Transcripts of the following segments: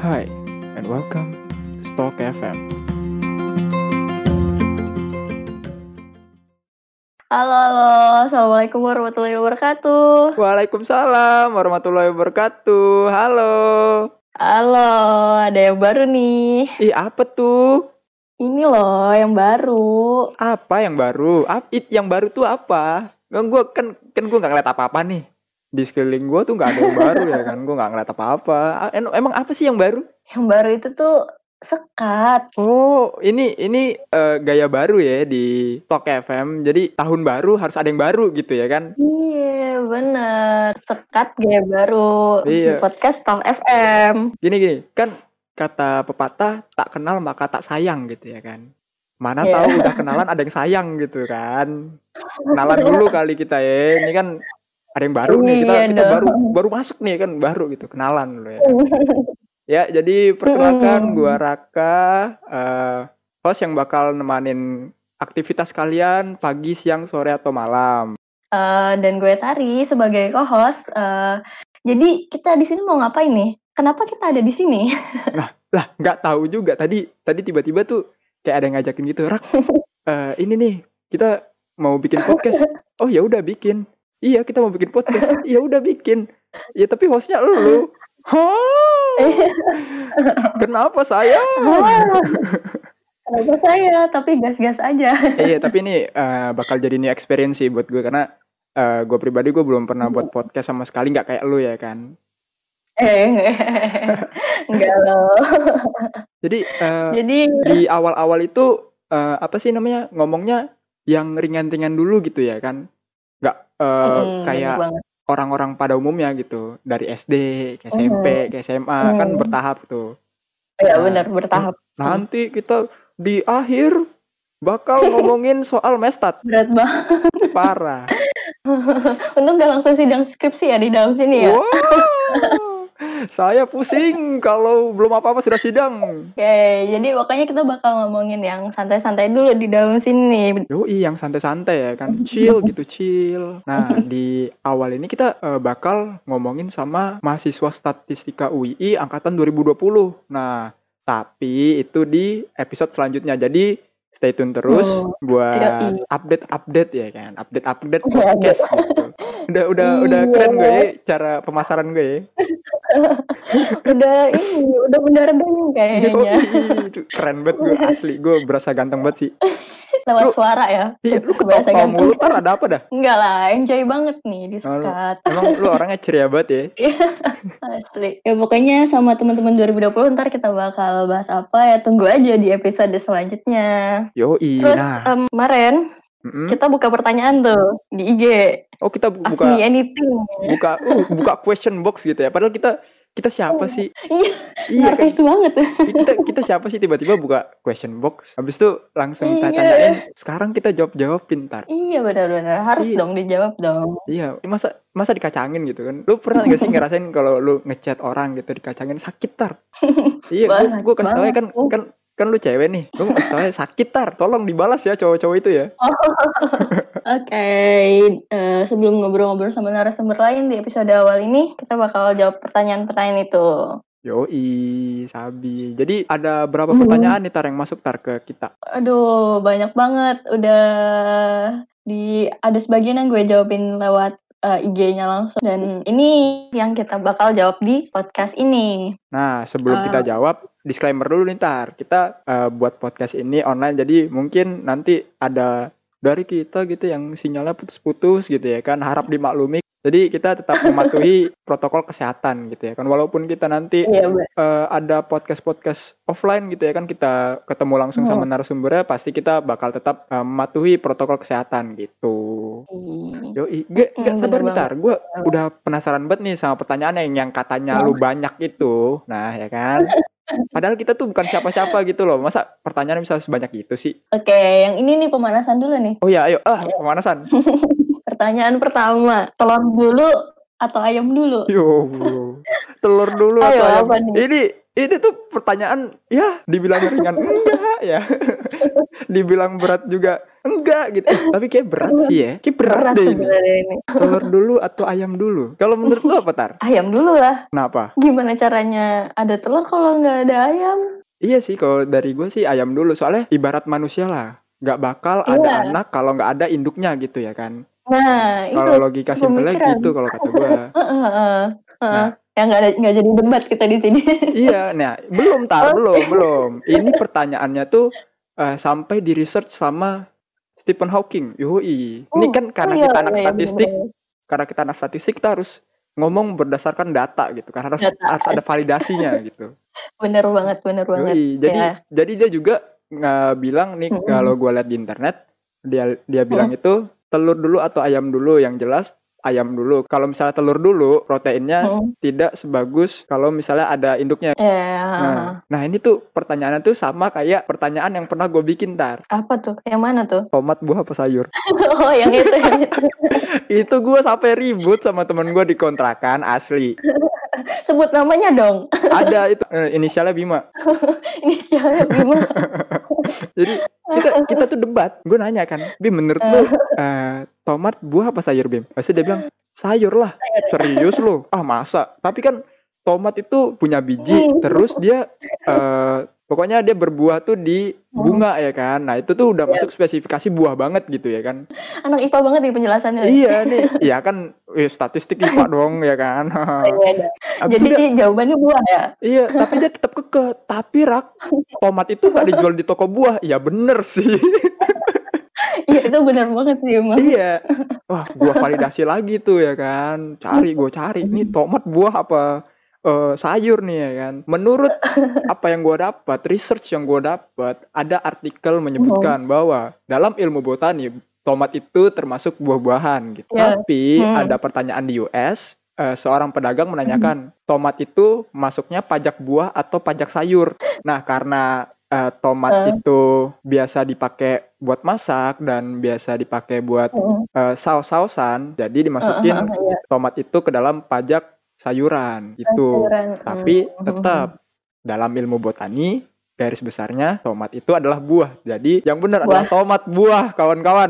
Hi, and welcome to Stock FM. Halo, Assalamualaikum warahmatullahi wabarakatuh. Waalaikumsalam warahmatullahi wabarakatuh. Halo, ada yang baru nih. Apa tuh? Ini loh yang baru. Apa yang baru? Yang baru tuh apa? Gue kan gue nggak ngeliat apa-apa nih. Di sekeliling gue tuh nggak ada yang baru ya kan. Gue nggak ngeliat apa-apa. Emang apa sih yang baru? Yang baru itu tuh sekat. Oh, ini gaya baru ya di Talk FM. Jadi tahun baru harus ada yang baru gitu ya kan? Iya, bener. Sekat gaya baru di Iya. podcast Talk FM. Gini, kan kata pepatah tak kenal maka tak sayang gitu ya kan. Mana Iya. tahu udah kenalan ada yang sayang gitu kan. Kenalan dulu kali kita ya. Ini kan ada yang baru nih. Kita baru masuk nih kan, baru gitu kenalan dulu ya. Ya, jadi perkenalkan gua Raka, host yang bakal nemanin aktivitas kalian pagi, siang, sore atau malam. Dan gue Tari sebagai co-host. Jadi kita di sini mau ngapain nih? Kenapa kita ada di sini? Lah, nggak tahu juga. Tadi tiba-tiba tuh kayak ada yang ngajakin gitu. Rak, ini nih kita mau bikin podcast. Oh ya udah bikin. Iya, kita mau bikin podcast. Ya udah bikin. Ya tapi hostnya lu. Kenapa saya? Kenapa saya? Tapi gas-gas aja. Iya, tapi ini bakal jadi new experience sih buat gue karena gue pribadi gue belum pernah buat podcast sama sekali, nggak kayak lu ya kan. Enggak loh. Jadi di awal-awal itu apa sih namanya, ngomongnya yang ringan-ringan dulu gitu ya kan. Nggak kayak orang-orang pada umumnya gitu. Dari SD, ke SMP, ke SMA kan bertahap tuh. Iya benar, bertahap. Nanti kita di akhir bakal ngomongin soal mestat. Berat banget. Parah. Untung gak langsung sidang skripsi ya di dalam sini ya. Wow. Saya pusing kalau belum apa-apa sudah sidang. Oke, jadi makanya kita bakal ngomongin yang santai-santai dulu di dalam sini. Yoi, yang santai-santai ya kan. Chill gitu, chill. Nah, di awal ini kita bakal ngomongin sama mahasiswa statistika UII angkatan 2020. Nah, tapi itu di episode selanjutnya. Jadi stay tune terus buat update ya kan. Update podcast gitu. Udah keren gue ya cara pemasaran gue ya. udah benar-benar kayaknya. Keren banget gue, asli gue berasa ganteng banget sih. Lewat suara ya. Iya, lu ketawa mulu tar ada apa dah? Enggak lah, enjoy banget nih di sekat. Emang lu orangnya ceria banget ya? Asli. Ya pokoknya sama teman-teman 2020 ntar kita bakal bahas apa ya, tunggu aja di episode selanjutnya. Yoi. Terus kemarin kita buka pertanyaan tuh di IG. Oh, kita buka Ask me anything. Buka question box gitu ya. Padahal kita siapa sih? Iya, narsis banget. Kita siapa sih tiba-tiba buka question box. Habis itu langsung saya tanyain, sekarang kita jawab pintar. Iya, benar-benar. Harus dong dijawab dong. Iya, masa dikacangin gitu kan. Lu pernah enggak sih ngerasain kalau lu ngechat orang gitu dikacangin sakit tar? Iya, gue kasih tau ya kan lu cewek nih, lu kasih tau ya sakit tar, tolong dibalas ya cowok-cowok itu ya. Oke, sebelum ngobrol-ngobrol sama narasumber lain di episode awal ini, kita bakal jawab pertanyaan-pertanyaan itu. Yoi, sabi. Jadi ada berapa pertanyaan nih tar yang masuk tar ke kita? Aduh, banyak banget. Ada sebagian yang gue jawabin lewat IG-nya langsung. Dan ini yang kita bakal jawab di podcast ini. Nah, sebelum kita jawab, disclaimer dulu nih tar. Kita buat podcast ini online, jadi mungkin nanti ada dari kita gitu yang sinyalnya putus-putus gitu ya kan. Harap dimaklumi. Jadi kita tetap mematuhi protokol kesehatan gitu ya kan. Walaupun kita nanti ada podcast offline gitu ya kan, kita ketemu langsung sama narasumbernya, pasti kita bakal tetap mematuhi protokol kesehatan gitu. Yoi, gak sabar bentar. Gue udah penasaran banget nih sama pertanyaan yang katanya lu banyak itu. Nah ya kan. Padahal kita tuh bukan siapa-siapa gitu loh. Masa pertanyaan bisa sebanyak itu sih? Oke, yang ini nih pemanasan dulu nih. Oh ya, ayo. Pemanasan. Pertanyaan pertama, telur dulu atau ayam dulu? Yo, telur dulu atau ayam? Ini Ini tuh pertanyaan ya dibilang ringan enggak ya. Dibilang berat juga enggak gitu. Tapi kayak berat sih ya. Kayak berat deh ini. sebenarnya ini. Telur dulu atau ayam dulu? Kalau menurut lu apa, Tar? Ayam dulu lah. Kenapa? Gimana caranya ada telur kalau nggak ada ayam? Iya sih, kalau dari gue sih ayam dulu. Soalnya ibarat manusia lah. Nggak bakal ada Iya. anak kalau nggak ada induknya gitu ya kan. Nah, itu Kalau logika simpelnya pemikiran. gitu kalau kata gue. Nah. Yang nggak jadi debat kita di sini. Iya, nah belum. Ini pertanyaannya tuh sampai di research sama Stephen Hawking. Yoi. Ini kan karena kita anak statistik, karena kita anak statistik kita harus ngomong berdasarkan data gitu kan, harus ada validasinya gitu. Bener banget. Yoi. Jadi dia juga bilang nih, kalau gue lihat di internet dia bilang itu telur dulu atau ayam dulu. Yang jelas ayam dulu. Kalau misalnya telur dulu, proteinnya tidak sebagus kalau misalnya ada induknya. Nah ini tuh pertanyaannya tuh sama kayak pertanyaan yang pernah gue bikin, Tar. Apa tuh? Yang mana tuh? Tomat, buah, apa sayur? Oh, yang itu. Itu gue sampai ribut sama temen gue di kontrakan, asli. Sebut namanya dong. Ada itu, inisialnya Bima. Inisialnya Bima. Jadi kita tuh debat. Gue nanya kan, Bim, menurut lu tomat, buah, apa sayur, Bim? Pasti dia bilang sayur lah. Serius lu? Ah, masa? Tapi kan tomat itu punya biji, terus dia pokoknya dia berbuah tuh di bunga ya kan. Nah itu tuh udah masuk spesifikasi buah banget gitu ya kan. Anak IPA banget nih penjelasannya. Iya nih, ya kan statistik IPA dong ya kan. Jadi jawabannya buah ya? Iya, tapi dia tetap kekeh. Tapi tomat itu gak dijual di toko buah. Ya bener sih. Iya itu benar banget sih emang. Iya. Wah, gua validasi lagi tuh ya kan. Gue cari nih tomat, buah, apa sayur nih ya kan. Menurut apa yang gue dapat, research yang gue dapat, ada artikel menyebutkan bahwa dalam ilmu botani tomat itu termasuk buah-buahan gitu. Tapi ada pertanyaan di US, seorang pedagang menanyakan tomat itu masuknya pajak buah atau pajak sayur. Nah karena tomat itu biasa dipakai buat masak dan biasa dipakai buat saus-sausan, jadi dimasukin tomat itu ke dalam pajak sayuran gitu. Tapi tetap dalam ilmu botani garis besarnya tomat itu adalah buah. Jadi yang benar adalah tomat buah, kawan-kawan.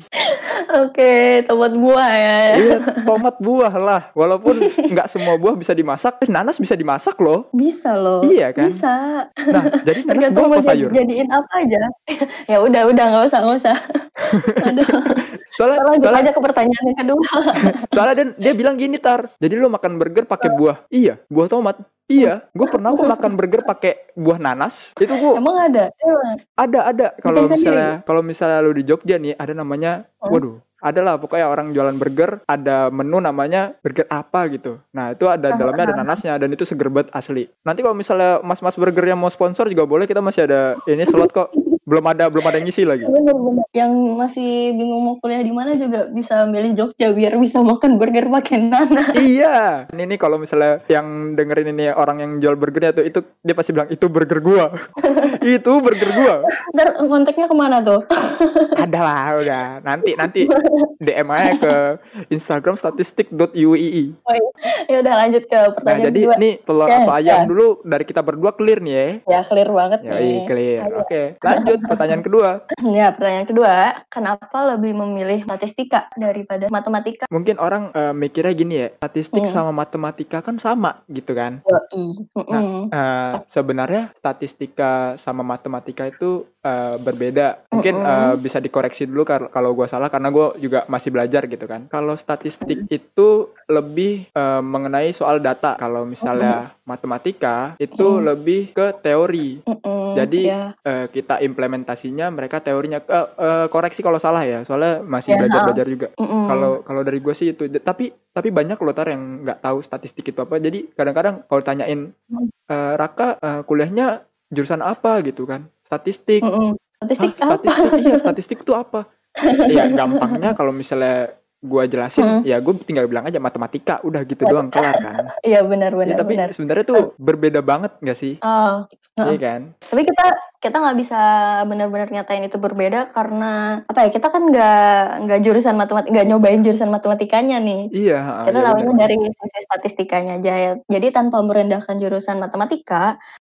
Oke, tomat buah ya. Iya, tomat buah lah. Walaupun nggak semua buah bisa dimasak, nanas bisa dimasak loh. Bisa loh. Iya kan? Bisa. Nah, jadi nanas buah apa sayur? Jadiin apa aja? Ya udah nggak usah. Aduh. Soalnya lanjut aja ke pertanyaan yang kedua. Soalnya dia bilang gini, Tar. Jadi lu makan burger pakai buah? Iya, buah tomat. Iya, gue pernah makan burger pakai buah nanas. Itu gue. Emang ada? Ada. Kalau misalnya lu di Jogja nih, ada namanya, waduh, adalah pokoknya orang jualan burger, ada menu namanya burger apa gitu. Nah itu ada dalamnya ada nanasnya dan itu seger banget asli. Nanti kalau misalnya mas-mas burger yang mau sponsor juga boleh, kita masih ada ini slot kok. Belum ada yang ngisi lagi. Bener. Yang masih bingung mau kuliah di mana juga bisa milih Jogja biar bisa makan burger pakai nanas. Iya. Ini kalau misalnya yang dengerin ini orang yang jual burgernya tuh, itu dia pasti bilang itu burger gua. Itu burger gua. Ntar kontaknya kemana tuh? Ada lah udah. Nanti DM aja ke Instagram statistik.uii. Oh, ya udah lanjut ke pertanyaan jadi kedua. Nih telur atau ayam dulu dari kita berdua clear nih ya. Ya clear banget nih. Clear. Oke. Lanjut pertanyaan kedua. Ya pertanyaan kedua, kenapa lebih memilih statistika daripada matematika? Mungkin orang mikirnya gini ya, statistik sama matematika kan sama gitu kan. Nah, sebenarnya statistika sama matematika itu berbeda. Mungkin bisa dikoreksi dulu kalau gue salah, karena gue juga masih belajar gitu kan. Kalau statistik itu lebih mengenai soal data. Kalau misalnya matematika itu lebih ke teori. Jadi kita implementasinya, mereka teorinya. Koreksi kalau salah ya, soalnya masih belajar juga. Kalau dari gue sih itu. Tapi banyak loh Tar yang nggak tahu statistik itu apa. Jadi kadang-kadang kalau tanyain Raka kuliahnya jurusan apa gitu kan, statistik. Statistik itu apa? Ya gampangnya kalau misalnya gue jelasin, ya gue tinggal bilang aja matematika, udah gitu doang, kelar kan. Iya benar. Tapi sebenarnya tuh berbeda banget nggak sih? Iya kan. Tapi kita nggak bisa benar-benar nyatain itu berbeda karena apa ya, kita kan nggak jurusan matematika, nggak nyobain jurusan matematikanya nih. Iya. Kita tahunya dari sisi statistikanya aja. Jadi tanpa merendahkan jurusan matematika,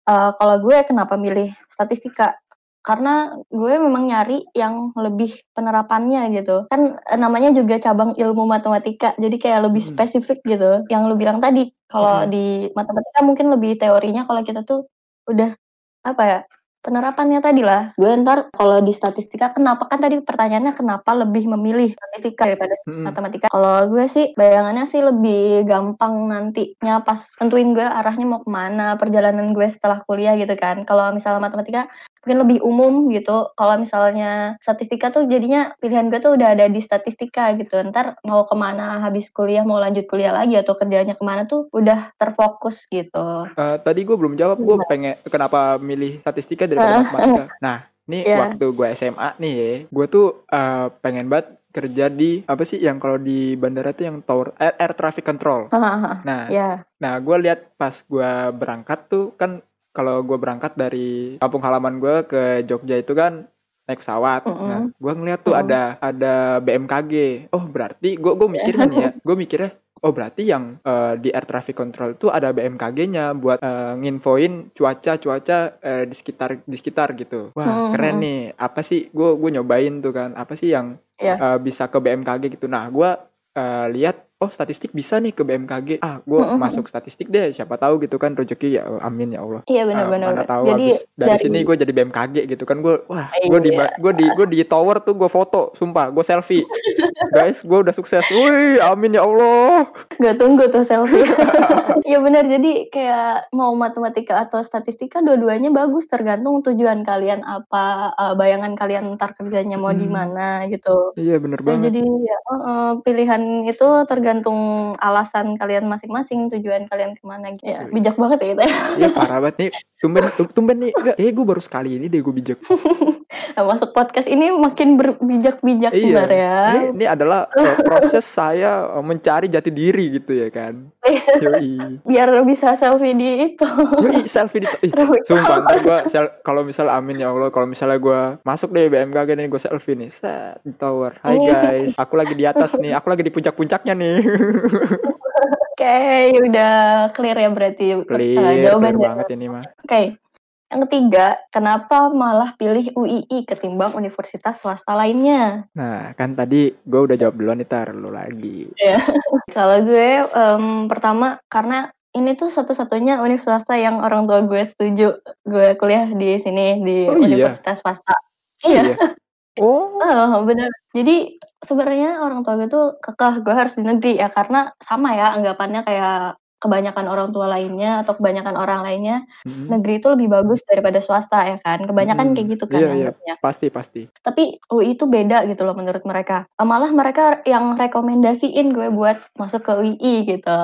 Kalau gue kenapa milih statistika? Karena gue memang nyari yang lebih penerapannya gitu. Kan namanya juga cabang ilmu matematika, jadi kayak lebih Mm-mm. spesifik gitu. Yang lu bilang tadi, kalau Mm-mm. di matematika mungkin lebih teorinya, kalau kita tuh udah apa ya, penerapannya tadi lah. Gue ntar kalau di statistika kenapa, kan tadi pertanyaannya kenapa lebih memilih statistika daripada Mm-mm. matematika. Kalau gue sih bayangannya sih lebih gampang nantinya pas tentuin gue arahnya mau kemana, perjalanan gue setelah kuliah gitu kan. Kalau misalnya matematika mungkin lebih umum gitu. Kalau misalnya statistika tuh jadinya pilihan gue tuh udah ada di statistika gitu. Ntar mau kemana habis kuliah, mau lanjut kuliah lagi atau kerjanya kemana tuh udah terfokus gitu. Tadi gue belum jawab, gue pengen kenapa milih statistika daripada matematika. Nah, ini Ya. waktu gue SMA nih ya, gue tuh pengen banget kerja di apa sih yang kalau di bandara tuh yang tower air traffic control. Nah, Ya. nah gue lihat pas gue berangkat tuh kan, kalau gue berangkat dari kampung halaman gue ke Jogja itu kan naik pesawat. Nah, Mm-mm. gue ngeliat tuh Mm-mm. ada BMKG. Oh, berarti gue mikirnya nih ya, gue mikirnya oh berarti yang di air traffic control itu ada BMKG-nya buat nginfoin cuaca di sekitar gitu. Wah, keren Mm-mm. nih. Apa sih, gue nyobain tuh kan. Apa sih yang Ya. bisa ke BMKG gitu. Nah, gue lihat oh statistik bisa nih ke BMKG. Gue Mm-mm. masuk statistik deh. Siapa tahu gitu kan rezeki ya. Amin ya Allah. Iya, benar-benar. Mana tahu Jadi habis dari dari sini gue jadi BMKG gitu kan. iya, Gue di tower tuh gue foto, sumpah gue selfie. Guys, gue udah sukses. Wih, amin ya Allah. nggak tunggu tuh selfie. Iya benar. Jadi kayak mau matematika atau statistika, dua-duanya bagus, tergantung tujuan kalian apa, bayangan kalian ntar kerjanya mau di Hmm, mana gitu. iya bener banget. Jadi ya pilihan itu tergantung alasan kalian masing-masing, tujuan kalian kemana gitu. Ya, Yoi. bijak banget ya kita. Iya parah banget nih. Tumben nih. Enggak, gue baru sekali ini deh gue bijak. Nah, masuk podcast ini makin berbijak-bijak Iya. Bar ya. Ini adalah proses saya mencari jati diri gitu ya kan. Yoi. Biar bisa selfie di itu. Yoi, selfie sumpah ntar gue kalau misal amin ya Allah, kalau misalnya gue masuk deh BMKG nih, gue selfie nih set di tower. Hai guys, aku lagi di atas nih, aku lagi di puncak-puncaknya nih. Oke, udah clear ya berarti Clear jawabannya. banget ini mah. Oke, yang ketiga, kenapa malah pilih UII ketimbang universitas swasta lainnya? Nah, kan tadi gue udah jawab duluan nih, tar lu lagi. Ya. Kalau gue pertama karena ini tuh satu-satunya univ swasta yang orang tua gue setuju gue kuliah di sini di Oh iya. universitas swasta. Oh Iya. iya. Oh. Bener. Jadi sebenarnya orang tua gue tuh kekeh gue harus di negeri ya, karena sama ya anggapannya kayak kebanyakan orang tua lainnya atau kebanyakan orang lainnya, Mm-mm. negeri itu lebih bagus daripada swasta ya kan. Kebanyakan kayak gitu kan Iya iya, anggapnya. pasti. Tapi UI itu beda gitu loh menurut mereka. Malah mereka yang rekomendasiin gue buat masuk ke UI gitu.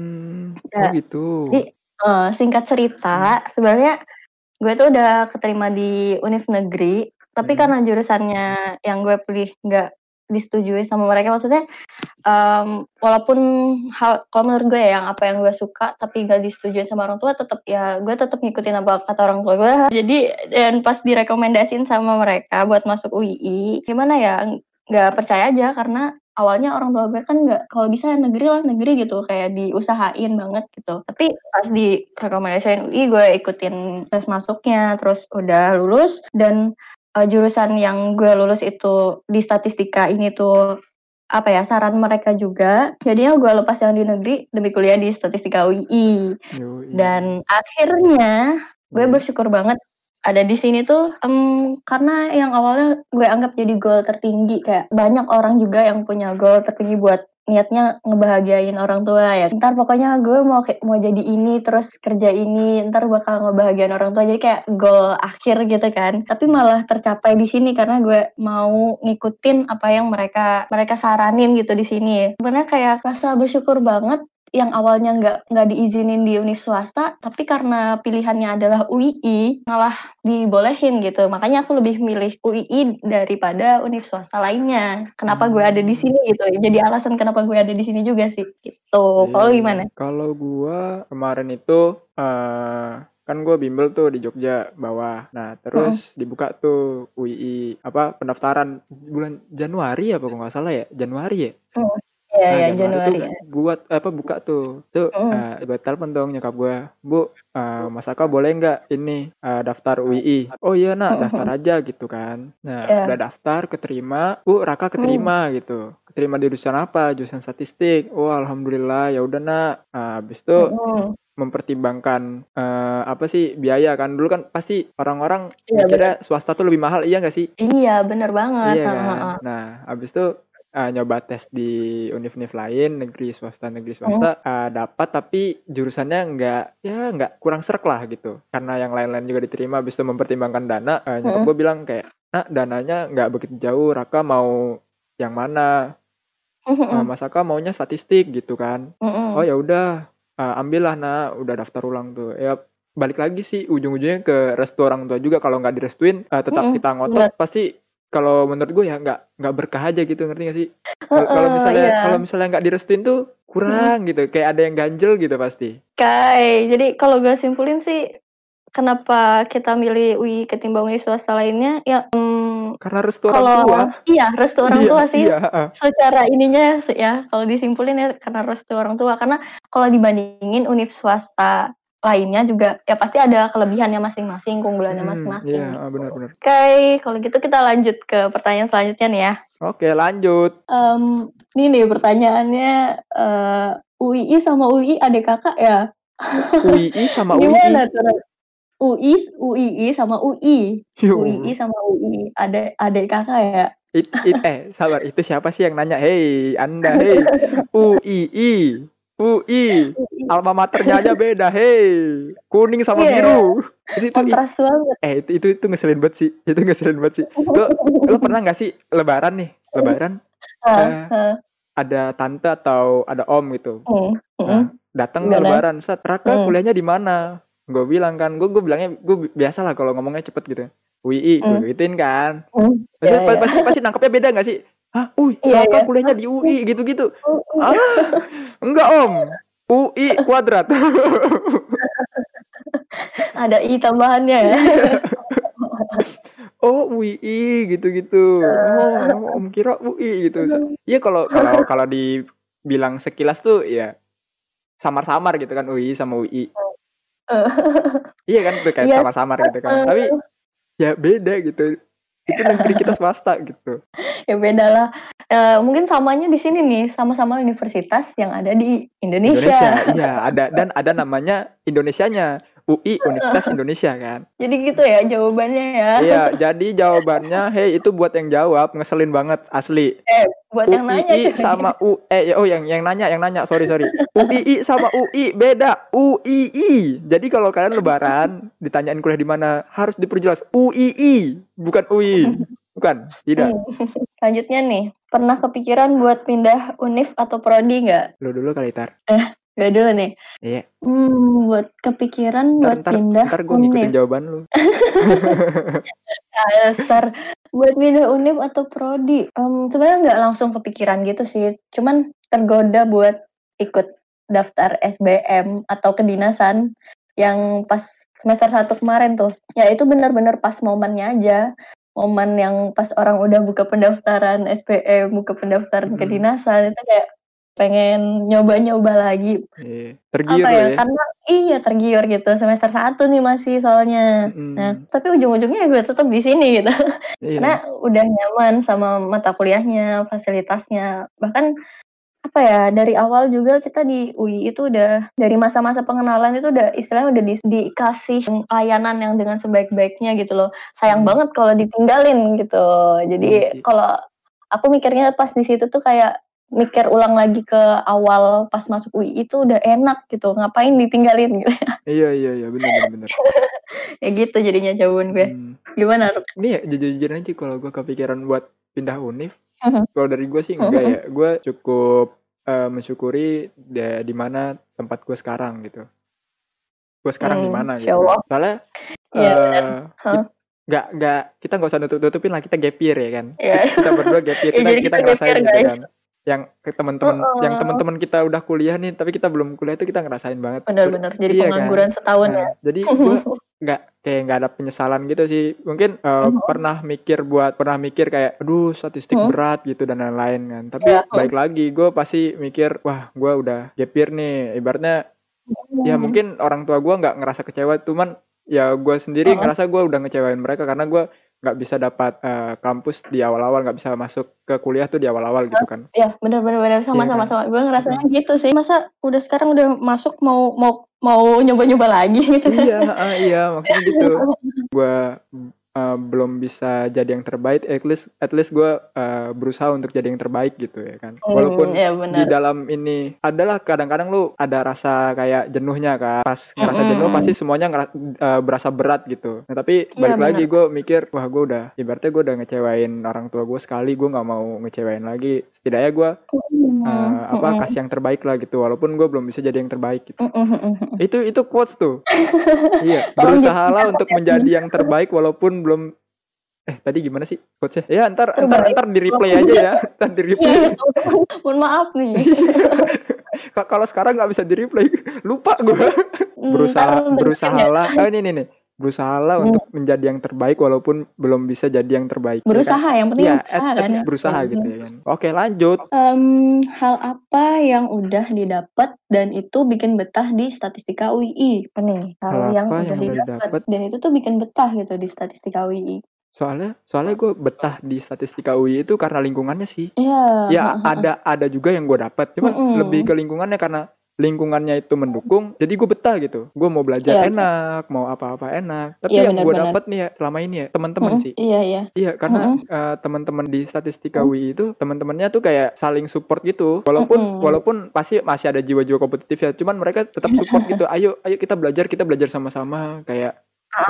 Oh Ya, gitu. jadi singkat cerita, sebenarnya gue tuh udah keterima di univ negeri, tapi Mm. karena jurusannya yang gue pilih nggak disetujui sama mereka, maksudnya walaupun kalau menurut gue ya, yang apa yang gue suka tapi nggak disetujui sama orang tua, tetap ya gue tetap ngikutin apa kata orang tua gue. Jadi dan pas direkomendasiin sama mereka buat masuk UII, gimana ya, nggak percaya aja karena awalnya orang tua gue kan nggak, kalau bisa negeri lah negeri gitu, kayak diusahain banget gitu. Tapi pas direkomendasiin UI, gue ikutin tes masuknya, terus udah lulus, dan jurusan yang gue lulus itu di statistika ini tuh apa ya, saran mereka juga. Jadinya gue lepas yang di negeri demi kuliah di statistika UI. Yoi. Dan akhirnya gue Iya. bersyukur banget ada di sini tuh, karena yang awalnya gue anggap jadi goal tertinggi, kayak banyak orang juga yang punya goal tertinggi buat niatnya ngebahagiain orang tua ya. Ntar pokoknya gue mau jadi ini, terus kerja ini, ntar bakal ngebahagiain orang tua. Jadi kayak goal akhir gitu kan. Tapi malah tercapai di sini karena gue mau ngikutin apa yang mereka saranin gitu di sini. Sebenarnya kayak rasa bersyukur banget, yang awalnya nggak diizinin di univ swasta, tapi karena pilihannya adalah UII malah dibolehin gitu. Makanya aku lebih milih UII daripada univ swasta lainnya. Kenapa gue ada di sini gitu. Jadi alasan kenapa gue ada di sini juga sih gitu. Iya Kalau iya. gimana? Kalau gua kemarin itu kan gue bimbel tuh di Jogja bawah. Nah, Mm-mm. terus dibuka tuh UII apa pendaftaran bulan Januari apa kok nggak salah ya? Januari ya? Mm. Iya, Nah, ya, Januari tuh Januari ya. buat apa buka tuh Mm. buat telepon dong nyokap gue, Bu, Mas Aka boleh nggak ini daftar UI? Oh iya nak, daftar Mm-mm. aja gitu kan. Nah udah Ya. daftar, keterima, Bu Raka Mm. keterima gitu. Keterima di jurusan apa? Jurusan statistik. Oh alhamdulillah, ya udah nak. Habis itu Mm-mm. mempertimbangkan apa sih biaya kan, dulu kan pasti orang-orang Iya benar. mikirnya swasta tuh lebih mahal, iya nggak sih? Iya benar banget. Iya Heeh, kan. heeh. Nah, habis itu nyoba tes di univ-univ lain, negeri Mm. swasta, dapat tapi jurusannya nggak kurang serk lah gitu. Karena yang lain-lain juga diterima, habis itu mempertimbangkan dana, nyokap Mm. gue bilang kayak, nah dananya nggak begitu jauh, Raka mau yang mana? Mm. Mas Aka maunya statistik gitu kan. Oh Mm. ya udah, ambillah nah, udah daftar ulang tuh. Ya balik lagi sih ujung-ujungnya ke restu orang tua juga, kalau nggak direstuin tetap Mm. kita Benar. ngotot pasti kalau menurut gue ya nggak berkah aja gitu, ngerti nggak sih? Kalau Heeh, misalnya iya. nggak direstuin tuh Mm. kurang gitu, kayak ada yang ganjel gitu pasti. Jadi kalau gue simpulin sih, kenapa kita milih UI ketimbang UI swasta lainnya, ya Karena restu orang kalau tua. iya restu orang Iya tua sih, iya. secara ininya ya, kalau disimpulin ya karena restu orang tua. Karena kalau dibandingin univ swasta lainnya juga, ya pasti ada kelebihannya masing-masing, keunggulannya Iya, masing-masing. benar-benar. Oke, kalau gitu kita lanjut ke pertanyaan selanjutnya nih ya. Oke, lanjut. Ini nih pertanyaannya, UII sama UI adik kakak ya? UII sama UII. Gimana tuh? UII sama UI. UII Yuh. sama UI, adik kakak ya? Sabar, itu siapa sih yang nanya? Hei, Anda, hei. UII, UI, UI. alma maternya aja beda, hei. Kuning sama Iya ya, biru. kontras banget. Itu ngeselin banget sih. Itu ngeselin banget sih. Lo pernah nggak sih lebaran nih? Lebaran Heeh, eh heeh. ada tante atau ada om gitu. Mhm, mhm. Nah, datang lah Gimana? lebaran. Set, Raka Mhm, kuliahnya di mana? Gue bilang kan, gue bilangnya gue biasa lah kalau ngomongnya cepet gitu. UI, gue mhm, gituin kan. mhm. Iya, Pasti iya. pasti pasti nangkapnya beda nggak sih? Hah, Iya, Raka iya. kuliahnya Hah? di UI gitu-gitu. UI. Ah, enggak Om. UI kuadrat. Ada I tambahannya ya? Iya. Oh, UI gitu-gitu. Oh, Om kira UI gitu. Iya kalau kalau kalau dibilang sekilas tuh ya samar-samar gitu kan UI sama UI. Iya kan tuh kayak Iya, samar-samar gitu kan. Tapi ya beda gitu. Itu negeri kita swasta gitu. ya beda lah. Mungkin samanya di sini nih, sama-sama universitas yang ada di Indonesia. Indonesia, iya ada namanya Indonesianya. UI Universitas Indonesia kan. Jadi gitu ya jawabannya ya. Iya, jadi jawabannya, hei itu buat yang jawab ngeselin banget asli. Buat yang nanya UII cuy. sama yang nanya, sorry. UII sama UI beda, UII. Jadi kalau kalian lebaran ditanyain kuliah di mana, harus diperjelas UII, bukan UI. Bukan, tidak. Selanjutnya nih, pernah kepikiran buat pindah univ atau prodi nggak? Lu dulu kali Tar. Gue dulu nih. Iya. Buat kepikiran buat pindah Ntar gue univ. ngikutin jawaban lu. Dasar. Buat pindah univ atau prodi, sebenarnya nggak langsung kepikiran gitu sih. Cuman tergoda buat ikut daftar SBM atau kedinasan yang pas semester 1 kemarin tuh. Ya itu benar-benar pas momennya aja. Momen yang pas orang udah buka pendaftaran SBM, buka pendaftaran kedinasan, itu kayak pengen nyoba-nyoba lagi. Iya. Apa Tergiur ya, lo ya. karena iya tergiur gitu, semester 1 nih masih soalnya. Nah, tapi ujung-ujungnya gue tetap di sini gitu. Karena Iya. udah nyaman sama mata kuliahnya, fasilitasnya. Bahkan apa ya, dari awal juga kita di UI itu udah dari masa-masa pengenalan itu udah istilahnya udah dikasih layanan yang dengan sebaik-baiknya gitu loh. Sayang banget kalau ditinggalin gitu. Iya Jadi sih. kalau aku mikirnya pas di situ tuh kayak mikir ulang lagi ke awal pas masuk UI itu udah enak gitu. Ngapain ditinggalin gitu. Iya, benar. Ya gitu jadinya jawaban gue. Gimana, Ruk? Ini ya jujur aja kalau gue kepikiran buat pindah univ, Mhm. kalau dari gue sih enggak ya. Gue cukup mensyukuri di mana tempat gue sekarang gitu. Gue sekarang di mana gitu. Insyaallah. Soalnya Iya benar. kita nggak usah nutupin lah, kita gap year ya kan. Iya. Kita berdua gap year, Ya, jadi kita kita ngerasain gap year, gitu guys. kan. Yang teman-teman kita udah kuliah nih, tapi kita belum kuliah itu kita ngerasain banget. Benar-benar jadi Iya pengangguran kan. setahun ya. Nah, jadi gue kayak nggak ada penyesalan gitu sih. Mungkin pernah mikir kayak aduh statistik berat gitu dan lain-lain kan. Tapi baik lagi gue pasti mikir wah gue udah gap year nih. Ibaratnya ya mungkin orang tua gue nggak ngerasa kecewa, cuman ya gue sendiri ngerasa gue udah ngecewain mereka karena gue nggak bisa dapat kampus di awal-awal, nggak bisa masuk ke kuliah tuh di awal-awal gitu kan. Iya, benar sama-sama sama. Gue ngerasanya gitu sih. Masa udah sekarang udah masuk mau nyoba-nyoba lagi gitu kan. Iya maksudnya gitu. Gue belum bisa jadi yang terbaik, at least gue berusaha untuk jadi yang terbaik gitu ya kan. Walaupun ya di dalam ini adalah kadang-kadang lu ada rasa kayak jenuhnya kan. Pas ngerasa jenuh pasti semuanya berasa berat gitu. Nah, tapi balik lagi gue mikir wah gue udah ibaratnya gue udah ngecewain orang tua gue sekali, gue nggak mau ngecewain lagi. Setidaknya gue kasih yang terbaik lah gitu, walaupun gue belum bisa jadi yang terbaik gitu. Itu quotes tuh. Iya, berusahalah untuk menjadi yang terbaik walaupun belum tadi gimana sih quotesnya? Ya ntar di replay aja ya. Ntar di replay. Mohon maaf nih. Kalau sekarang nggak bisa di replay, lupa gue. Berusahalah. Ini. Berusahalah untuk menjadi yang terbaik walaupun belum bisa jadi yang terbaik. Berusaha, ya kan? yang penting ya, berusaha kan. Berusaha gitu ya kan. Oke, lanjut. Hal apa yang udah didapat dan itu bikin betah di statistika UI? Apa nih? Hal yang udah didapat dan itu tuh bikin betah gitu di statistika UI. Soalnya gue betah di statistika UI itu karena lingkungannya sih. Iya. Ya ada juga yang gue dapat, cuman lebih ke lingkungannya karena lingkungannya itu mendukung, jadi gue betah gitu. Gue mau belajar enak, mau apa-apa enak. Tapi yang gue dapat nih ya selama ini ya teman-teman sih. Iya karena teman-teman di statistika UI itu teman-temannya tuh kayak saling support gitu. Walaupun pasti masih ada jiwa-jiwa kompetitif ya, cuman mereka tetap support gitu. Ayo kita belajar sama-sama kayak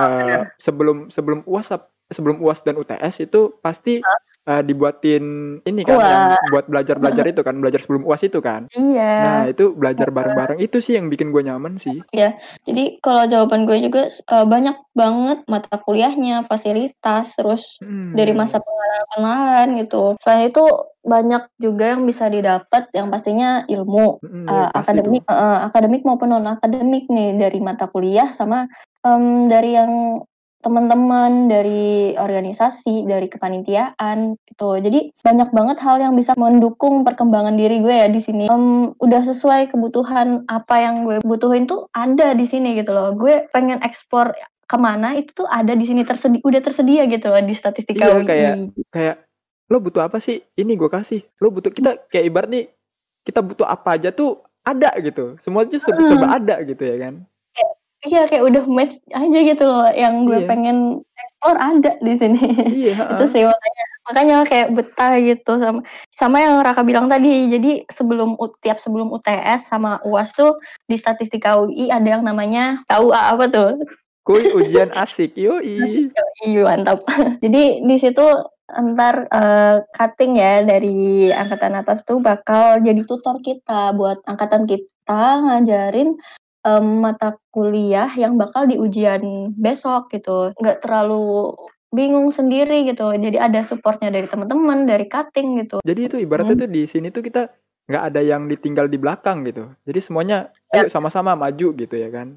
sebelum UAS dan UTS itu pasti dibuatin ini kan yang buat belajar itu kan, belajar sebelum UAS itu kan. Iya. Nah itu belajar bareng-bareng itu sih yang bikin gue nyaman sih. Ya, jadi kalau jawaban gue juga banyak banget mata kuliahnya, fasilitas, terus dari masa pengenalan gitu. Selain itu banyak juga yang bisa didapat, yang pastinya ilmu akademik maupun non akademik nih, dari mata kuliah sama dari yang teman-teman, dari organisasi, dari kepanitiaan gitu. Jadi banyak banget hal yang bisa mendukung perkembangan diri gue ya di sini. Udah sesuai kebutuhan apa yang gue butuhin tuh ada di sini gitu loh. Gue pengen eksplor kemana itu tuh ada di sini udah tersedia gitu loh di statistika UI. Kayak lo butuh apa sih? Ini gue kasih. Lo butuh kita kayak ibarat nih kita butuh apa aja tuh ada gitu. Semua itu serba ada gitu ya kan. Iya kayak udah match aja gitu loh, yang gue pengen explore ada di sini. Itu sih makanya kayak betah gitu sama yang Raka bilang tadi. Jadi sebelum UTS sama UAS tuh di statistika UI ada yang namanya KUA apa tuh? Kuy ujian asik, yoi. Mantap. Jadi di situ ntar cutting ya dari angkatan atas tuh bakal jadi tutor kita buat angkatan kita ngajarin mata kuliah yang bakal di ujian besok gitu. Nggak terlalu bingung sendiri gitu. Jadi ada supportnya dari teman-teman, dari cutting gitu. Jadi itu ibaratnya tuh di sini tuh kita nggak ada yang ditinggal di belakang gitu. Jadi semuanya ayo sama-sama maju gitu ya kan.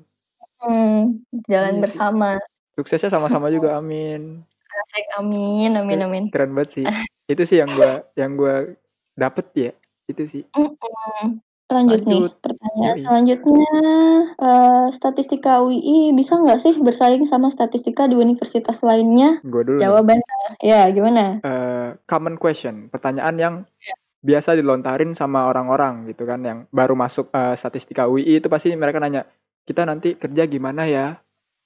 Jalan bersama. Suksesnya sama-sama juga, amin. Asik, amin. Keren banget sih. Itu sih yang gue dapet ya. Itu sih. Lanjut nih, pertanyaan selanjutnya, statistika UI bisa nggak sih bersaing sama statistika di universitas lainnya? Gue dulu. Jawabannya, ya gimana? Common question, pertanyaan yang biasa dilontarin sama orang-orang gitu kan, yang baru masuk statistika UI itu pasti mereka nanya, kita nanti kerja gimana ya?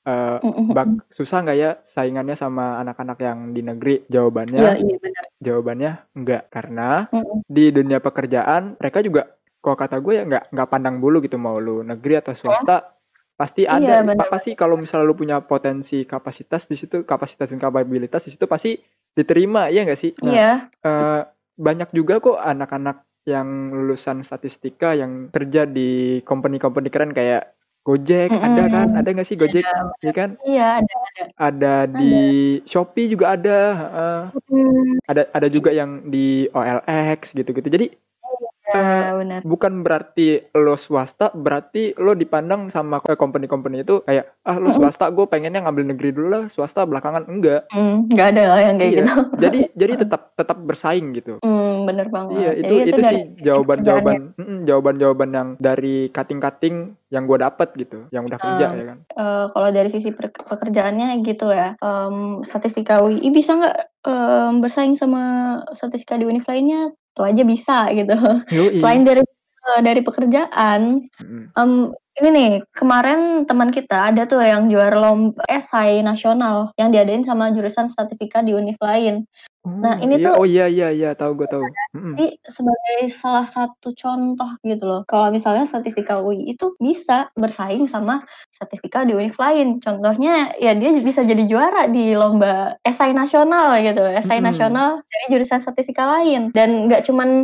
Susah nggak ya saingannya sama anak-anak yang di negeri? Jawabannya, jawabannya enggak, karena di dunia pekerjaan mereka juga kalau kata gue ya nggak pandang bulu gitu, mau lu negeri atau swasta pasti ada. Pasti kalau misalnya lu punya potensi kapasitas di situ, kapasitas dan kapabilitas di situ pasti diterima, ya nggak sih? Nah, banyak juga kok anak-anak yang lulusan statistika yang kerja di company-company keren kayak Gojek, ada kan? Ada nggak sih Gojek? Iya kan? Iya, ada. Ada di Shopee juga ada. Ada juga yang di OLX gitu-gitu. Jadi benar. bukan berarti lo swasta, berarti lo dipandang sama company-company itu kayak lo swasta, gue pengennya ngambil negeri dulu lah, swasta belakangan. Enggak. Nggak ada lah yang kayak Iya. gitu. Jadi tetap bersaing gitu. Bener Iya, banget. Jadi itu itu dari sih sisi pekerjaannya. jawaban yang dari cutting yang gue dapet gitu, yang udah kerja ya kan. Kalau dari sisi pekerjaannya gitu ya, statistika UI bisa nggak bersaing sama statistika di univ lainnya? Itu aja bisa gitu. Yoi. Selain dari pekerjaan, ini nih kemarin teman kita ada tuh yang juara lomba esai nasional yang diadain sama jurusan statistika di univ lain. Nah ini Iya, tuh iya, gue tahu. jadi sebagai salah satu contoh gitu loh. Kalau misalnya statistika UI itu bisa bersaing sama statistika di univ lain. Contohnya ya dia bisa jadi juara di lomba esai nasional gitu. Esai nasional dari jurusan statistika lain. Dan nggak cuman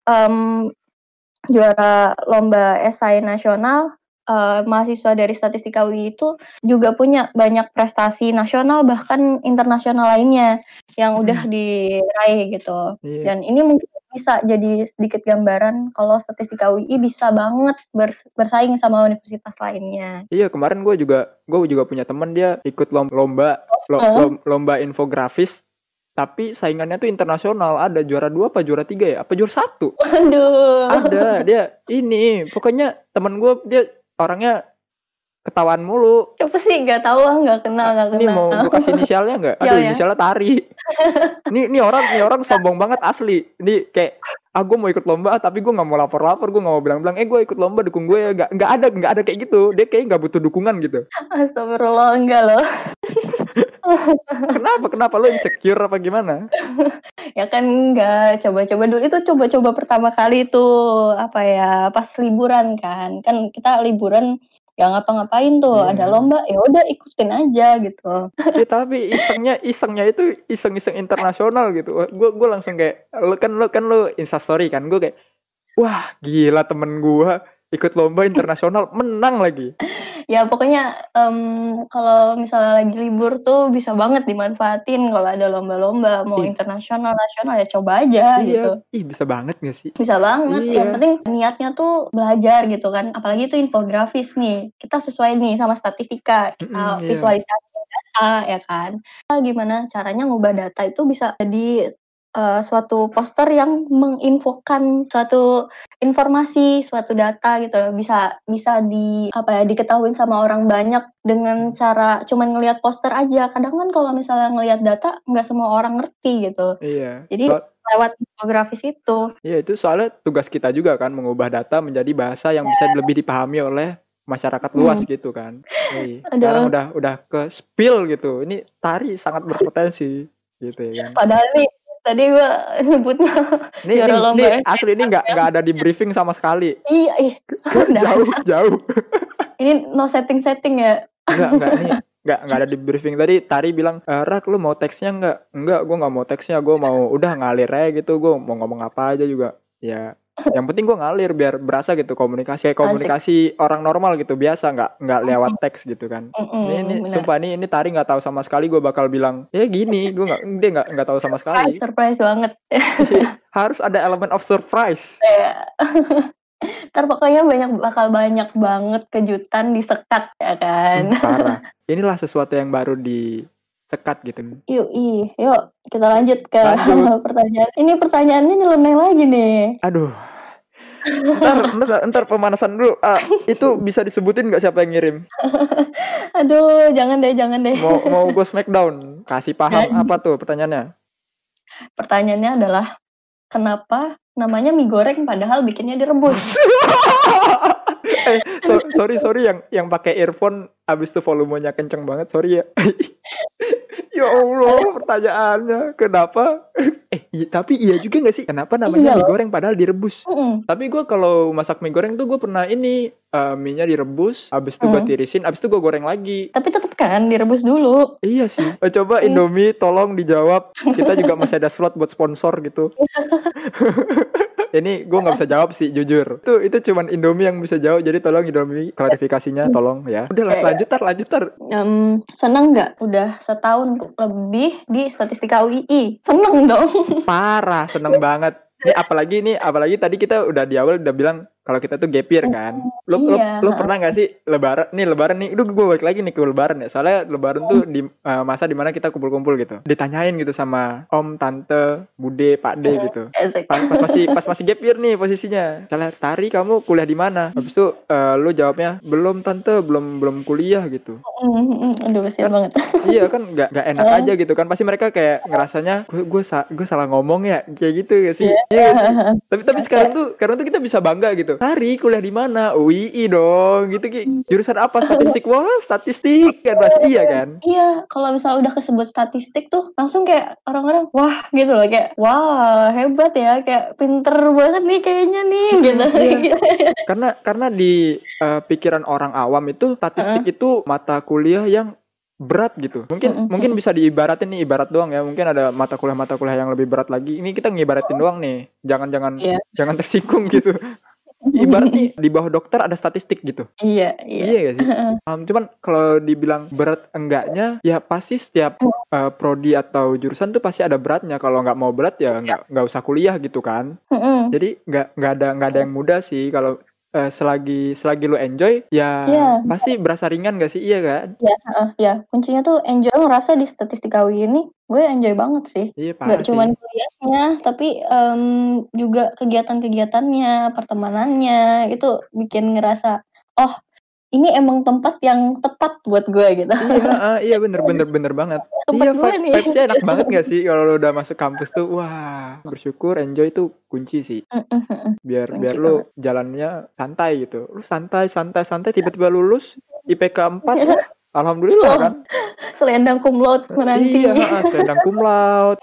juara lomba esai nasional, mahasiswa dari statistika UI itu juga punya banyak prestasi nasional bahkan internasional lainnya yang udah diraih gitu. Iya. Dan ini mungkin bisa jadi sedikit gambaran kalau statistika UI bisa banget bersaing sama universitas lainnya. Iya, kemarin gue juga punya teman, dia ikut lomba infografis, tapi saingannya tuh internasional. Ada juara 2 apa juara 3 ya? Apa juara 1? Aduh. Ada, dia ini. Pokoknya temen gue, dia orangnya ketahuan mulu. Coba sih, nggak tahu lah, nggak kenal. Ini mau gue kasih inisialnya nggak? Aduh, inisialnya Tari. Ini orang sombong banget asli. Ini kayak, gue mau ikut lomba tapi gue nggak mau lapor, gue nggak mau bilang gue ikut lomba, dukung gue ya. Nggak ada kayak gitu. Dia kayak nggak butuh dukungan gitu. Astagfirullah, enggak loh. Kenapa lo insecure apa gimana? Ya kan enggak, coba-coba dulu, itu coba-coba pertama kali tuh pas liburan kan kita liburan gak ngapa-ngapain tuh, ada lomba ya udah ikutin aja gitu. Ya tapi isengnya itu iseng internasional gitu. Gue langsung kayak, lo Instastory kan, gue kayak, wah gila, temen gue ikut lomba internasional menang lagi. Ya pokoknya kalau misalnya lagi libur tuh bisa banget dimanfaatin kalau ada lomba-lomba, mau internasional, nasional, ya coba aja gitu. Bisa banget gak sih? Bisa banget, yang penting niatnya tuh belajar gitu kan, apalagi itu infografis nih, kita sesuai nih sama statistika, kita visualisasi data ya kan. Gimana caranya ngubah data itu bisa jadi suatu poster yang menginfokan suatu informasi, suatu data gitu, bisa diketahui sama orang banyak dengan cara cuman ngelihat poster aja. Kadang kan kalau misalnya ngelihat data nggak semua orang ngerti gitu. Iya. Jadi lewat infografis itu. Iya, itu soalnya tugas kita juga kan, mengubah data menjadi bahasa yang bisa lebih dipahami oleh masyarakat luas gitu kan. Sekarang udah ke spill gitu. Ini Tari sangat berpotensi gitu ya kan. Padahal nih tadi gue nyebutnya ini asli ini nggak ada di briefing sama sekali. Iya. jauh. Ini no setting ya. Enggak ada di briefing. Tadi Tari bilang, Rak, lu mau teksnya enggak, gue nggak mau teksnya, gue mau udah ngalir aja gitu, gue mau ngomong apa aja juga ya. Yang penting gue ngalir biar berasa gitu, komunikasi orang normal gitu, biasa, nggak lewat teks gitu kan. Ini sumpah ini Tari nggak tahu sama sekali, gue bakal bilang ya gini, dia nggak tahu sama sekali. Surprise banget. Harus ada elemen of surprise. Ntar pokoknya bakal banyak banget kejutan disekat ya kan. Parah. Inilah sesuatu yang baru disekat gitu. Yuk kita lanjut ke pertanyaan. Ini pertanyaannya nyeleneh lagi nih. Aduh. Ntar pemanasan dulu. Itu bisa disebutin nggak siapa yang ngirim? Aduh, jangan deh. Mau go smackdown. Kasih paham apa tuh pertanyaannya? Pertanyaannya adalah, kenapa namanya mie goreng padahal bikinnya direbus? Sorry yang pakai earphone abis itu volumenya kenceng banget, sorry ya. Ya Allah, pertanyaannya kenapa? Tapi iya juga nggak sih, kenapa namanya mie goreng padahal direbus? Tapi gue kalau masak mie goreng tuh gue pernah mie-nya direbus, abis itu gue tirisin, abis itu gue goreng lagi. Tapi tetap kan direbus dulu. Iya sih. Coba Indomie tolong dijawab, kita juga masih ada slot buat sponsor gitu. Ini gue nggak bisa jawab sih, jujur. Itu cuman Indomie yang bisa jawab, jadi tolong Indomie klarifikasinya, tolong ya. Udah lanjut tar. Seneng nggak? Udah setahun lebih di statistika UI. Seneng dong. Parah, seneng banget. Apalagi tadi kita udah di awal udah bilang kalau kita tuh gap year kan. Lu pernah nggak sih lebaran nih, gue balik lagi nih ke lebaran ya. Soalnya lebaran tuh di masa dimana kita kumpul-kumpul gitu. Ditanyain gitu sama om, tante, bude, pak de gitu. Pas masih gap year nih posisinya. Misalnya, Tari kamu kuliah di mana? Habis itu lu jawabnya, belum tante, belum kuliah gitu. Aduh kasihan banget. Iya kan nggak enak aja gitu kan. Pasti mereka kayak ngerasanya gue salah ngomong ya kayak gitu gak sih? Iya gak sih? Tapi sekarang tuh kita bisa bangga gitu. Tari kuliah di mana? UII dong gitu. Jurusan apa? Statistik. Wah, statistik kan pasti iya kan? Iya, kalau misalnya udah kesebut statistik tuh langsung kayak orang-orang wah gitu loh, kayak wah hebat ya, kayak pinter banget nih kayaknya nih gitu. Karena di pikiran orang awam itu statistik itu mata kuliah yang berat gitu. Mungkin bisa diibaratin nih, ibarat doang ya. Mungkin ada mata kuliah yang lebih berat lagi. Ini kita ngibaratin doang nih. Jangan tersinggung gitu. Ibarat nih di bawah dokter ada statistik gitu. Iya gak sih? Cuman kalau dibilang berat enggaknya, ya pasti setiap prodi atau jurusan tuh pasti ada beratnya. Kalau nggak mau berat ya nggak usah kuliah gitu kan. Jadi nggak ada yang mudah sih. Kalau selagi lu enjoy ya pasti berasa ringan gak sih? Iya kan? Ya kuncinya tuh enjoy. Ngerasa di statistika UI ini gue enjoy banget sih. Iya, Gak cuma kuliahnya tapi juga kegiatan-kegiatannya, pertemanannya itu bikin ngerasa oh ini emang tempat yang tepat buat gue gitu. Iya bener banget. Iya, vibes-nya enak banget gak sih kalau lu udah masuk kampus tuh? Wah, bersyukur, enjoy itu kunci sih. Biar lu jalannya santai gitu. Lu santai tiba-tiba lulus IPK 4. Wah, alhamdulillah kan. Selendang cum laude menanti. Iya, selendang cum laude.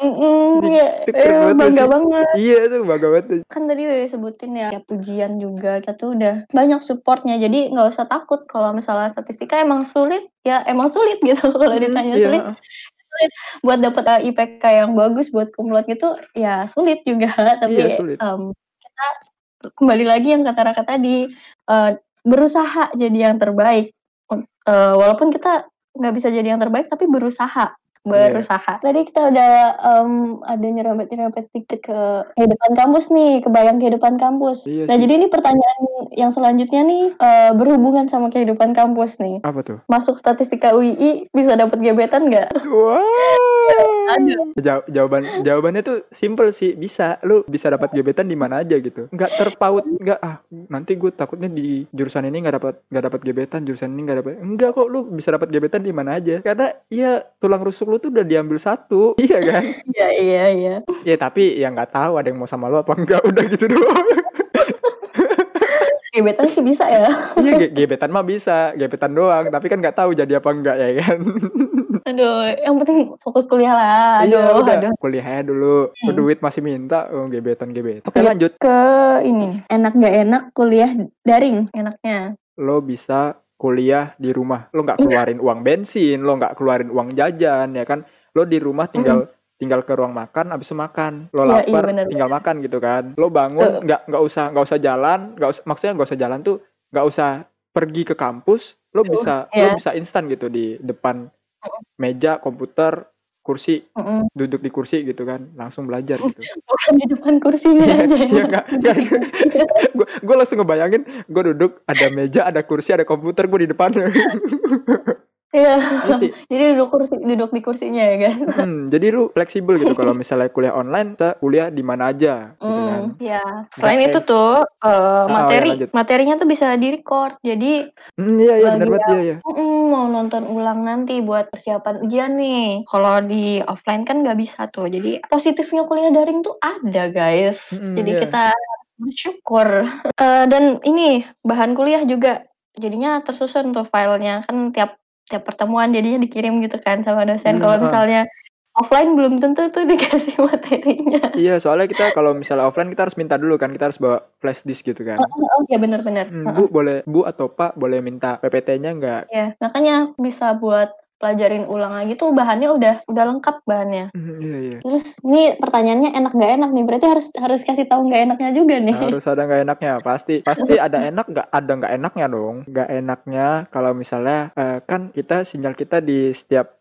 Bangga banget. Iya tuh bangga banget. Kan tadi udah sebutin ya ujian juga kita tuh udah banyak supportnya, jadi nggak usah takut kalau misalnya statistika emang sulit gitu. Kalau ditanya sulit buat dapat IPK yang bagus buat cum laude gitu ya sulit juga. Tapi sulit. Kita kembali lagi yang kata Raka tadi, berusaha jadi yang terbaik. Walaupun kita nggak bisa jadi yang terbaik tapi berusaha. Tadi kita udah ada nyerempet dikit ke kehidupan kampus nih, kebayang kehidupan kampus. Nah jadi ini pertanyaan yang selanjutnya nih berhubungan sama kehidupan kampus nih. Apa tuh? Masuk statistika UII bisa dapat gebetan nggak? Wow. Jawabannya tuh simple sih, bisa. Lu bisa dapat gebetan di mana aja gitu. Nggak terpaut, nanti gue takutnya di jurusan ini nggak dapat gebetan, jurusan ini nggak dapat. Enggak kok, lu bisa dapat gebetan di mana aja. Karena ya tulang rusuk lu tuh udah diambil satu, iya kan? Iya. Ya tapi ya nggak tahu ada yang mau sama lu apa enggak, udah gitu doang. Gebetan sih bisa ya. Iya, gebetan mah bisa, gebetan doang, tapi kan nggak tahu jadi apa enggak ya kan. Aduh, yang penting fokus kuliah lah. Aduh. Kuliahnya dulu, duit masih minta, gebetan. Oke, lanjut ke ini. Enak nggak enak kuliah daring? Enaknya lo bisa kuliah di rumah, lo nggak keluarin uang bensin, lo nggak keluarin uang jajan, ya kan? Lo di rumah tinggal ke ruang makan, abis itu makan. Lo lapar, tinggal makan gitu kan. Lo bangun, nggak usah jalan, maksudnya nggak usah jalan tuh, nggak usah pergi ke kampus. Lo bisa instan gitu di depan meja komputer, kursi, duduk di kursi gitu kan, langsung belajar gitu. Bukan di depan kursinya aja ya. Ya enggak. Gue langsung ngebayangin, gue duduk, ada meja, ada kursi, ada komputer, gue di depannya. Iya. Jadi duduk di kursinya ya kan. Jadi lu fleksibel gitu kalau misalnya kuliah online, kita kuliah di mana aja gitu kan. Iya. Selain itu tuh materinya tuh bisa di-record. Jadi iya benar banget ya. Mau nonton ulang nanti buat persiapan ujian nih. Kalau di offline kan nggak bisa tuh. Jadi positifnya kuliah daring tuh ada guys. Jadi kita bersyukur. Dan ini bahan kuliah juga jadinya tersusun tuh filenya, kan tiap pertemuan jadinya dikirim gitu kan sama dosen. Kalau misalnya offline belum tentu tuh dikasih materinya. Iya, soalnya kita kalau misalnya offline kita harus minta dulu kan, kita harus bawa flash disk gitu kan. Ya benar-benar. Bu atau Pak boleh minta PPT-nya nggak? Ya, makanya bisa buat pelajarin ulang lagi tuh bahannya udah lengkap bahannya. Iya. Terus ini pertanyaannya enak nggak enak nih, berarti harus kasih tahu nggak enaknya juga nih. Harus ada nggak enaknya, pasti ada enak nggak enaknya dong. Nggak enaknya kalau misalnya kan sinyal kita di setiap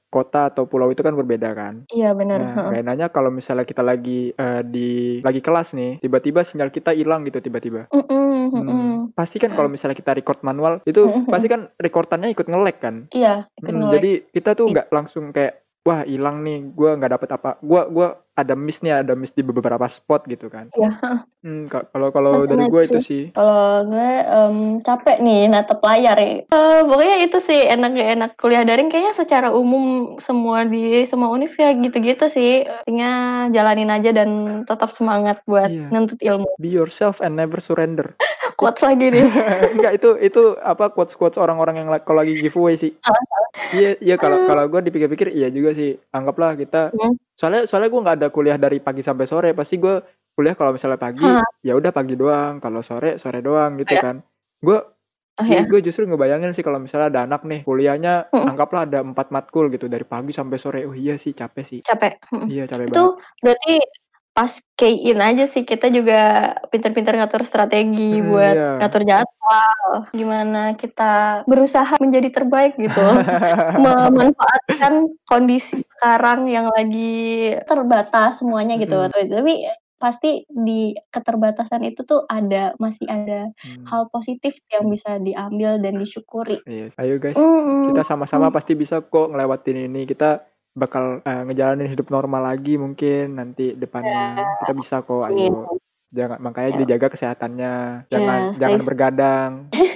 kota atau pulau itu kan berbeda kan. Iya benar. Nah, gak enaknya kalau misalnya kita lagi lagi kelas nih, tiba-tiba sinyal kita hilang gitu tiba-tiba. Pasti kan kalau misalnya kita record manual itu pasti kan rekordannya ikut nge-lag kan. Iya, ikut nge-lag. Jadi kita tuh nggak langsung kayak wah hilang nih, gue nggak dapet apa, gue ada miss di beberapa spot gitu kan. Iya. Kalau dari gue itu sih. Kalau gue capek nih natep layar ya. Pokoknya itu sih enak kuliah daring kayaknya secara umum semua di semua univ ya gitu-gitu sih. Artinya jalanin aja dan tetap semangat buat nuntut ilmu. Be yourself and never surrender. Quotes lagi nih. Enggak, itu apa quotes orang-orang yang kalau lagi giveaway sih. Iya kalau gue dipikir-pikir iya juga sih. Anggaplah kita soalnya gue nggak ada kuliah dari pagi sampai sore, pasti gue kuliah kalau misalnya pagi ya udah pagi doang, kalau sore doang gitu kan. Gue justru ngebayangin sih kalau misalnya ada anak nih kuliahnya anggaplah ada 4 matkul gitu dari pagi sampai sore. Oh iya sih capek sih. Iya capek itu banget. Berarti pas key in aja sih kita juga pintar-pintar ngatur strategi buat ngatur jadwal, gimana kita berusaha menjadi terbaik gitu, memanfaatkan kondisi sekarang yang lagi terbatas semuanya gitu. Tapi pasti di keterbatasan itu tuh masih ada hal positif yang bisa diambil dan disyukuri. Yes. Ayo guys, kita sama-sama pasti bisa kok ngelewatin ini. Kita bakal ngejalanin hidup normal lagi mungkin nanti depannya. Kita bisa kok, ayo. Makanya dijaga kesehatannya. Jangan bergadang.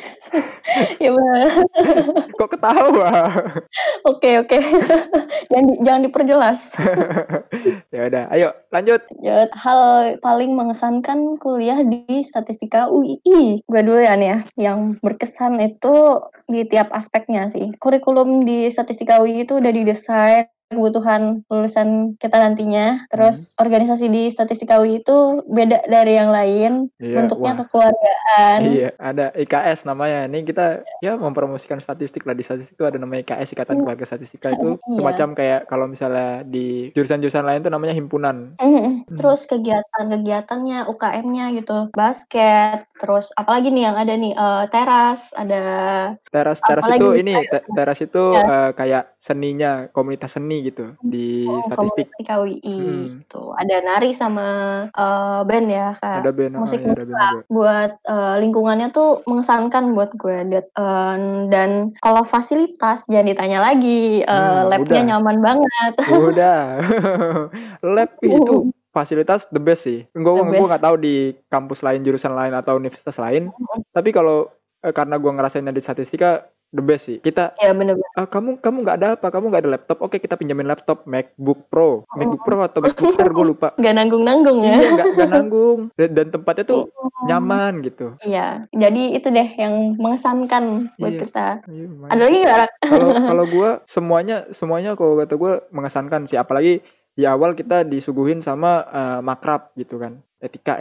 Ya benar. Kok ketawa? Oke. Jangan diperjelas. Ya udah, ayo lanjut. Hal paling mengesankan kuliah di Statistika UI. Gue dulu ya nih ya. Yang berkesan itu di tiap aspeknya sih. Kurikulum di Statistika UI itu udah didesain kebutuhan lulusan kita nantinya. Terus organisasi di Statistika UI itu beda dari yang lain. Bentuknya kekeluargaan. Iya, ada IKS namanya. Ini kita ya mempromosikan statistik lah. Di statistik itu ada namanya IKS, Ikatan Keluarga Statistika. Itu semacam kayak kalau misalnya di jurusan-jurusan lain itu namanya himpunan. Terus kegiatannya, UKM-nya gitu. Basket, terus apalagi nih yang ada nih, teras, ada teras itu ini teras itu kayak seninya, komunitas seni gitu di statistik. KWI gitu. Ada nari sama band ya Kak. Ada band, musik ada band. Buat lingkungannya tuh mengesankan buat gue. Dan kalau fasilitas jangan ditanya lagi, labnya nyaman banget. Udah. Lab itu fasilitas the best sih. Gue nggak tahu di kampus lain, jurusan lain atau universitas lain. Tapi kalau karena gue ngerasainnya di statistika the best sih. Kita bener. Kamu nggak ada apa? Kamu nggak ada laptop? Oke, kita pinjamin laptop MacBook Pro atau MacBook Air, gue lupa. Gak nanggung ya? Iya, nggak nanggung. Dan tempatnya tuh nyaman gitu. Iya, jadi itu deh yang mengesankan buat kita. Ada lagi nggak? Kalau gue semuanya kalau kata gue mengesankan sih. Apalagi di awal kita disuguhin sama makrab gitu kan, etika.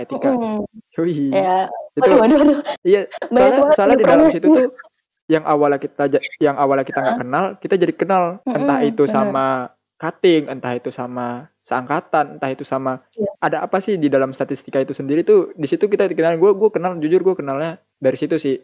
Ya. Itu waduh. Iya, soalnya di dalam situ tuh yang awalnya kita nggak kenal, kita jadi kenal. Entah itu sama cutting, entah itu sama seangkatan, entah itu sama ada apa sih di dalam statistika itu sendiri tuh. Di situ kita dikenal. Gue kenalnya dari situ sih.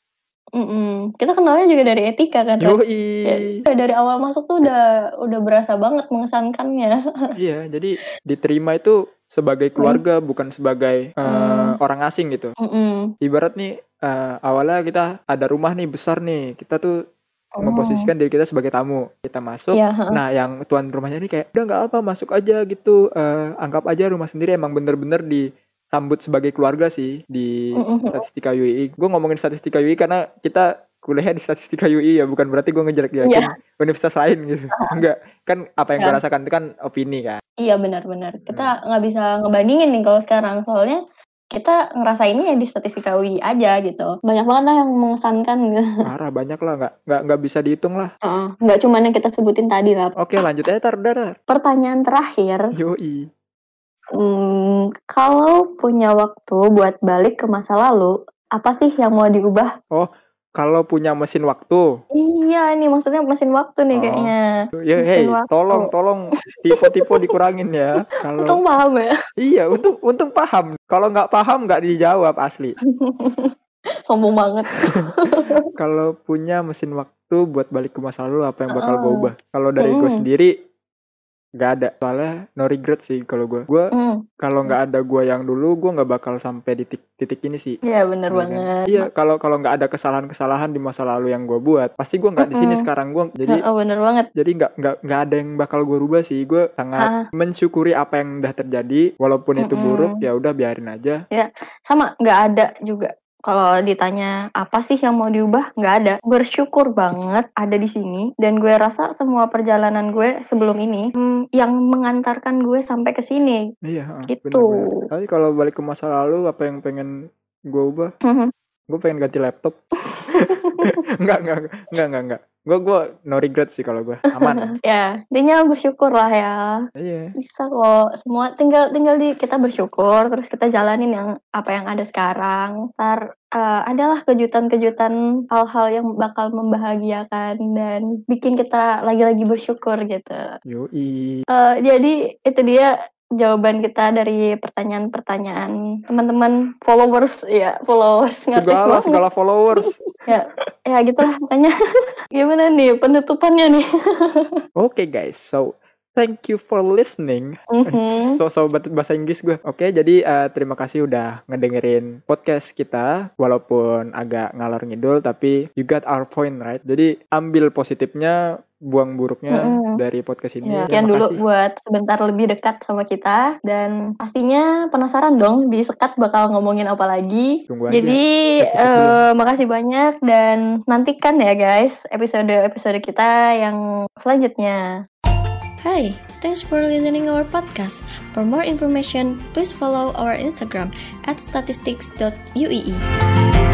Kita kenalnya juga dari etika kan. Yoi. Dari awal masuk tuh udah berasa banget mengesankannya. Iya, jadi diterima itu sebagai keluarga, bukan sebagai orang asing gitu. Ibarat nih awalnya kita ada rumah nih besar nih, kita tuh memposisikan diri kita sebagai tamu. Kita masuk, nah yang tuan rumahnya ini kayak udah nggak apa, masuk aja gitu, anggap aja rumah sendiri. Emang bener-bener disambut sebagai keluarga sih di Statistika UI. Gue ngomongin Statistika UI karena kita kuliah di Statistika UI ya, bukan berarti gue ngejelek-jelekin universitas lain gitu. Enggak, kan apa yang gue rasakan itu kan opini kan. Iya benar. Kita nggak bisa ngebandingin nih kalau sekarang, soalnya kita ngerasainnya ya di Statistika UI aja gitu. Banyak banget lah yang mengesankan. Parah, banyak lah, nggak bisa dihitung lah. Nggak cuma yang kita sebutin tadi lah. Oke, lanjut aja Dar. Pertanyaan terakhir. Yoi. Kalau punya waktu buat balik ke masa lalu, apa sih yang mau diubah? Oh, kalau punya mesin waktu. Iya, nih maksudnya mesin waktu nih kayaknya. Ya, tolong tipe dikurangin ya. Untung paham ya. Iya, untung paham. Kalau nggak paham nggak dijawab asli. Sombong banget. Kalau punya mesin waktu buat balik ke masa lalu, apa yang bakal gue Heeh. ubah? Kalau dari gue sendiri nggak ada, soalnya no regret sih kalau gue. Kalau nggak ada gue yang dulu, gue nggak bakal sampai di titik ini sih. Iya bener Iya kan? banget. Iya, kalau nggak ada kesalahan-kesalahan di masa lalu yang gue buat, pasti gue nggak di sini sekarang. Gue jadi Bener banget. jadi nggak ada yang bakal gue rubah sih. Gue sangat mensyukuri apa yang udah terjadi, walaupun itu buruk, ya udah biarin aja. Ya, sama, nggak ada juga. Kalau ditanya apa sih yang mau diubah, nggak ada. Bersyukur banget ada di sini, dan gue rasa semua perjalanan gue sebelum ini yang mengantarkan gue sampai ke sini. Iya, Gitu. benar. Tapi kalau balik ke masa lalu, apa yang pengen gue ubah? Gue pengen ganti laptop. Enggak. Gue no regret sih kalau gue, aman. Ya, intinya bersyukur lah ya. Iya. Bisa kok, semua tinggal di kita bersyukur, terus kita jalanin yang apa yang ada sekarang. Ntar adalah kejutan-kejutan, hal-hal yang bakal membahagiakan dan bikin kita lagi-lagi bersyukur gitu. Yoi. Jadi itu dia jawaban kita dari pertanyaan-pertanyaan teman-teman followers segala followers. ya gitulah makanya. Gimana nih penutupannya nih? Oke guys, so thank you for listening. So bahasa Inggris gue. Oke, jadi terima kasih udah ngedengerin podcast kita, walaupun agak ngalor ngidul, tapi you got our point, right? Jadi ambil positifnya, buang buruknya dari podcast ini. Sekian dulu buat sebentar lebih dekat sama kita, dan pastinya penasaran dong di Sekat bakal ngomongin apa lagi. Tunggu Jadi makasih banyak, dan nantikan ya guys episode kita yang selanjutnya. Hi, thanks for listening our podcast. For more information, please follow our Instagram @statistics.uii.